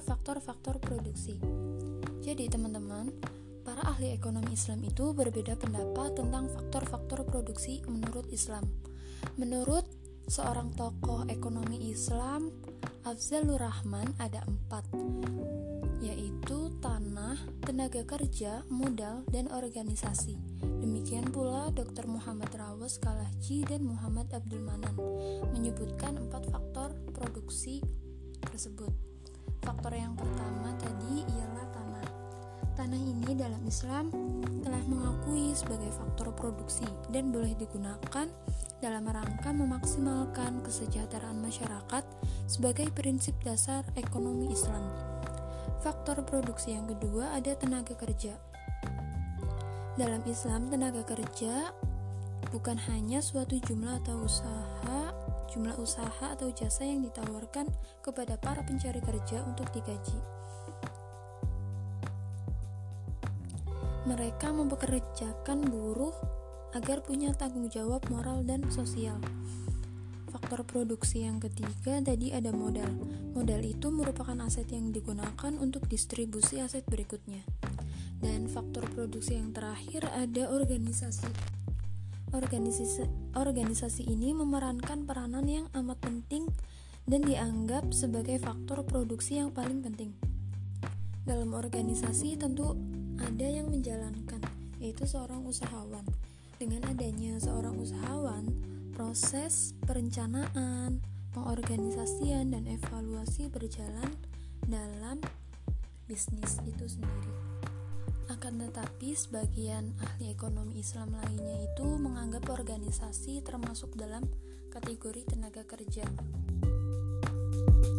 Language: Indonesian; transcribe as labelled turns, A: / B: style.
A: faktor-faktor produksi. Jadi teman-teman, para ahli ekonomi Islam itu berbeda pendapat tentang faktor-faktor produksi menurut Islam. Menurut seorang tokoh ekonomi Islam, Afzalur Rahman, ada 4, yaitu tanah, tenaga kerja, modal, dan organisasi. Demikian pula Dr. Muhammad Rawes Kalahji dan Muhammad Abdul Manan menyebutkan 4 faktor produksi tersebut. Faktor yang pertama tadi ialah tanah. Tanah ini dalam Islam telah mengakui sebagai faktor produksi dan boleh digunakan dalam rangka memaksimalkan kesejahteraan masyarakat sebagai prinsip dasar ekonomi Islam. Faktor produksi yang kedua ada tenaga kerja. Dalam Islam, tenaga kerja bukan hanya suatu jumlah usaha atau jasa yang ditawarkan kepada para pencari kerja untuk digaji. Mereka mempekerjakan buruh agar punya tanggung jawab moral dan sosial. Faktor produksi yang ketiga tadi ada modal. Modal itu merupakan aset yang digunakan untuk distribusi aset berikutnya. Dan faktor produksi yang terakhir ada organisasi. Organisasi ini memerankan peranan yang amat penting dan dianggap sebagai faktor produksi yang paling penting. Dalam organisasi tentu ada yang menjalankan, yaitu seorang usahawan. Dengan adanya seorang usahawan, proses perencanaan, pengorganisasian, dan evaluasi berjalan dalam bisnis itu sendiri. Akan tetapi, sebagian ahli ekonomi Islam lainnya itu menganggap organisasi termasuk dalam kategori tenaga kerja.